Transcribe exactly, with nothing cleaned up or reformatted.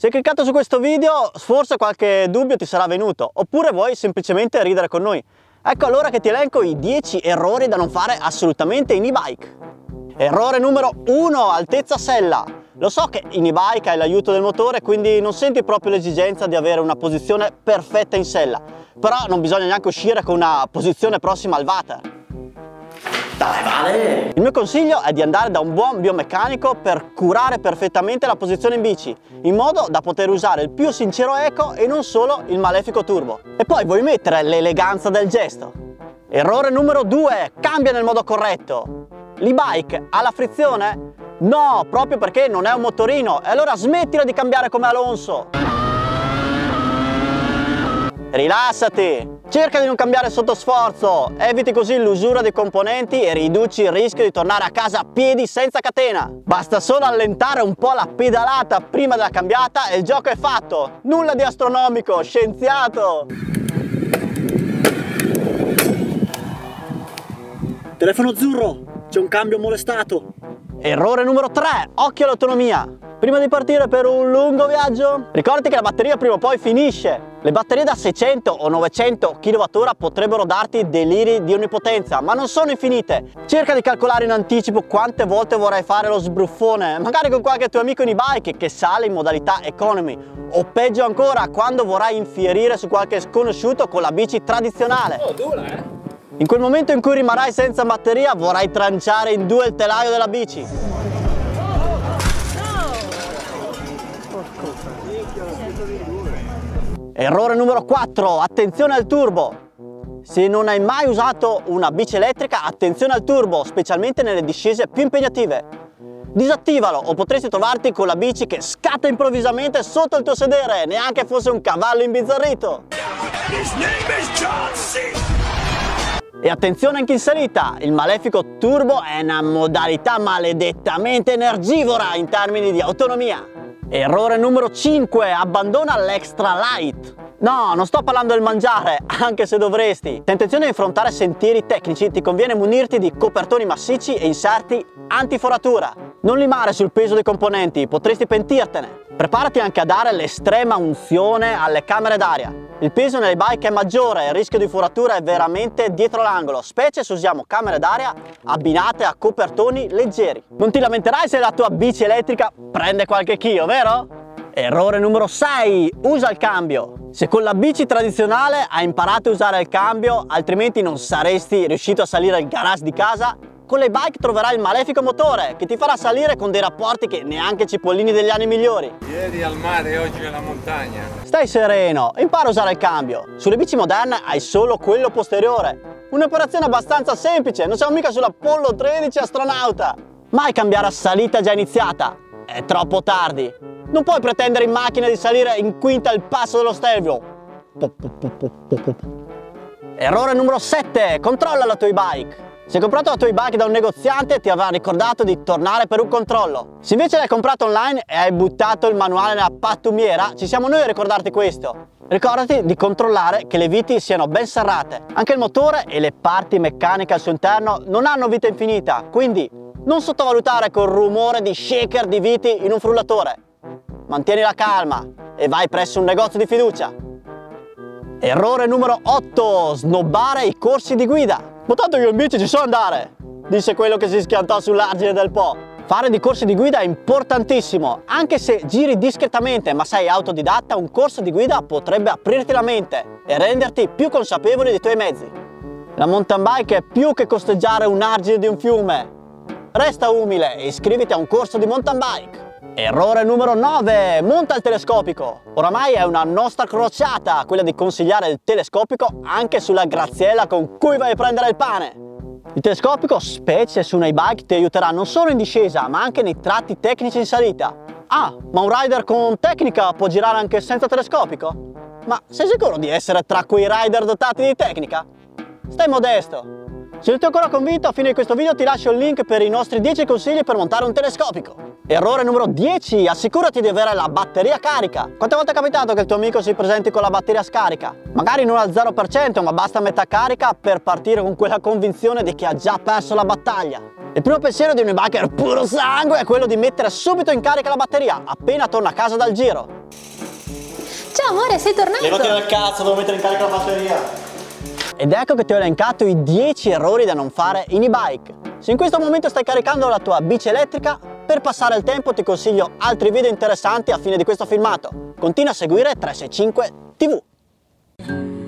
Se hai cliccato su questo video, forse qualche dubbio ti sarà venuto, oppure vuoi semplicemente ridere con noi. Ecco allora che ti elenco i dieci errori da non fare assolutamente in e-bike. Errore numero uno, altezza sella. Lo so che in e-bike hai l'aiuto del motore, quindi non senti proprio l'esigenza di avere una posizione perfetta in sella, però non bisogna neanche uscire con una posizione prossima al water. Dai, vale! Il mio consiglio è di andare da un buon biomeccanico per curare perfettamente la posizione in bici, in modo da poter usare il più sincero eco e non solo il malefico turbo. E poi vuoi mettere l'eleganza del gesto. Errore numero due, cambia nel modo corretto. L'e-bike ha la frizione? No, proprio perché non è un motorino, e allora smettila di cambiare come Alonso. Rilassati! Cerca di non cambiare sotto sforzo, eviti così l'usura dei componenti e riduci il rischio di tornare a casa a piedi senza catena. Basta solo allentare un po' la pedalata prima della cambiata e il gioco è fatto. Nulla di astronomico, scienziato! Telefono azzurro, c'è un cambio molestato. Errore numero tre, occhio all'autonomia. Prima di partire per un lungo viaggio, ricordati che la batteria prima o poi finisce. Le batterie da seicento o novecento chilowattora potrebbero darti deliri di onnipotenza, ma non sono infinite. Cerca di calcolare in anticipo quante volte vorrai fare lo sbruffone, magari con qualche tuo amico in e-bike che sale in modalità economy, o peggio ancora quando vorrai infierire su qualche sconosciuto con la bici tradizionale. Oh, dura, eh? In quel momento in cui rimarrai senza batteria vorrai tranciare in due il telaio della bici. Errore numero quattro, attenzione al turbo. Se non hai mai usato una bici elettrica, attenzione al turbo, specialmente nelle discese più impegnative. Disattivalo o potresti trovarti con la bici che scatta improvvisamente sotto il tuo sedere, neanche fosse un cavallo imbizzarrito. E attenzione anche in salita, il malefico turbo è una modalità maledettamente energivora in termini di autonomia. Errore numero cinque, abbandona l'extra light. No, non sto parlando del mangiare, anche se dovresti. Se hai intenzione di affrontare sentieri tecnici, ti conviene munirti di copertoni massicci e inserti antiforatura. Non limare sul peso dei componenti, potresti pentirtene. Preparati anche a dare l'estrema unzione alle camere d'aria. Il peso nelle bike è maggiore e il rischio di foratura è veramente dietro l'angolo, specie se usiamo camere d'aria abbinate a copertoni leggeri. Non ti lamenterai se la tua bici elettrica prende qualche chilo, vero? Errore numero sei, usa il cambio. Se con la bici tradizionale hai imparato a usare il cambio, altrimenti non saresti riuscito a salire al garage di casa, con le bike troverai il malefico motore che ti farà salire con dei rapporti che neanche Cipollini degli anni migliori. Ieri al mare, oggi alla montagna. Stai sereno, impara a usare il cambio. Sulle bici moderne hai solo quello posteriore. Un'operazione abbastanza semplice, non siamo mica sull'Apollo tredici astronauta. Mai cambiare a salita già iniziata, è troppo tardi. Non puoi pretendere in macchina di salire in quinta il passo dello Stelvio. Errore numero sette, controlla la tua e-bike. Se hai comprato la tua e-bike da un negoziante ti avrà ricordato di tornare per un controllo. Se invece l'hai comprato online e hai buttato il manuale nella pattumiera, ci siamo noi a ricordarti questo. Ricordati di controllare che le viti siano ben serrate. Anche il motore e le parti meccaniche al suo interno non hanno vita infinita, quindi non sottovalutare col rumore di shaker di viti in un frullatore. Mantieni la calma e vai presso un negozio di fiducia. Errore numero otto, snobbare i corsi di guida. Ma tanto io in bici ci so andare, disse quello che si schiantò sull'argine del Po. Fare dei corsi di guida è importantissimo, anche se giri discretamente ma sei autodidatta, un corso di guida potrebbe aprirti la mente e renderti più consapevole dei tuoi mezzi. La mountain bike è più che costeggiare un argine di un fiume. Resta umile e iscriviti a un corso di mountain bike. Errore numero nove, monta il telescopico. Oramai è una nostra crociata quella di consigliare il telescopico anche sulla graziella con cui vai a prendere il pane. Il telescopico, specie su una e-bike, ti aiuterà non solo in discesa ma anche nei tratti tecnici in salita. Ah, ma un rider con tecnica può girare anche senza telescopico? Ma sei sicuro di essere tra quei rider dotati di tecnica? Stai modesto. Se non ti ho ancora convinto, a fine di questo video ti lascio il link per i nostri dieci consigli per montare un telescopico. Errore numero dieci, assicurati di avere la batteria carica. Quante volte è capitato che il tuo amico si presenti con la batteria scarica? Magari non al zero per cento, ma basta metà carica per partire con quella convinzione di che ha già perso la battaglia. Il primo pensiero di un e-biker puro sangue è quello di mettere subito in carica la batteria appena torna a casa dal giro. Ciao amore, sei tornato? Levati dal cazzo, devo mettere in carica la batteria. Ed ecco che ti ho elencato i dieci errori da non fare in e-bike. Se in questo momento stai caricando la tua bici elettrica, per passare il tempo ti consiglio altri video interessanti a fine di questo filmato. Continua a seguire tre sei cinque tivù.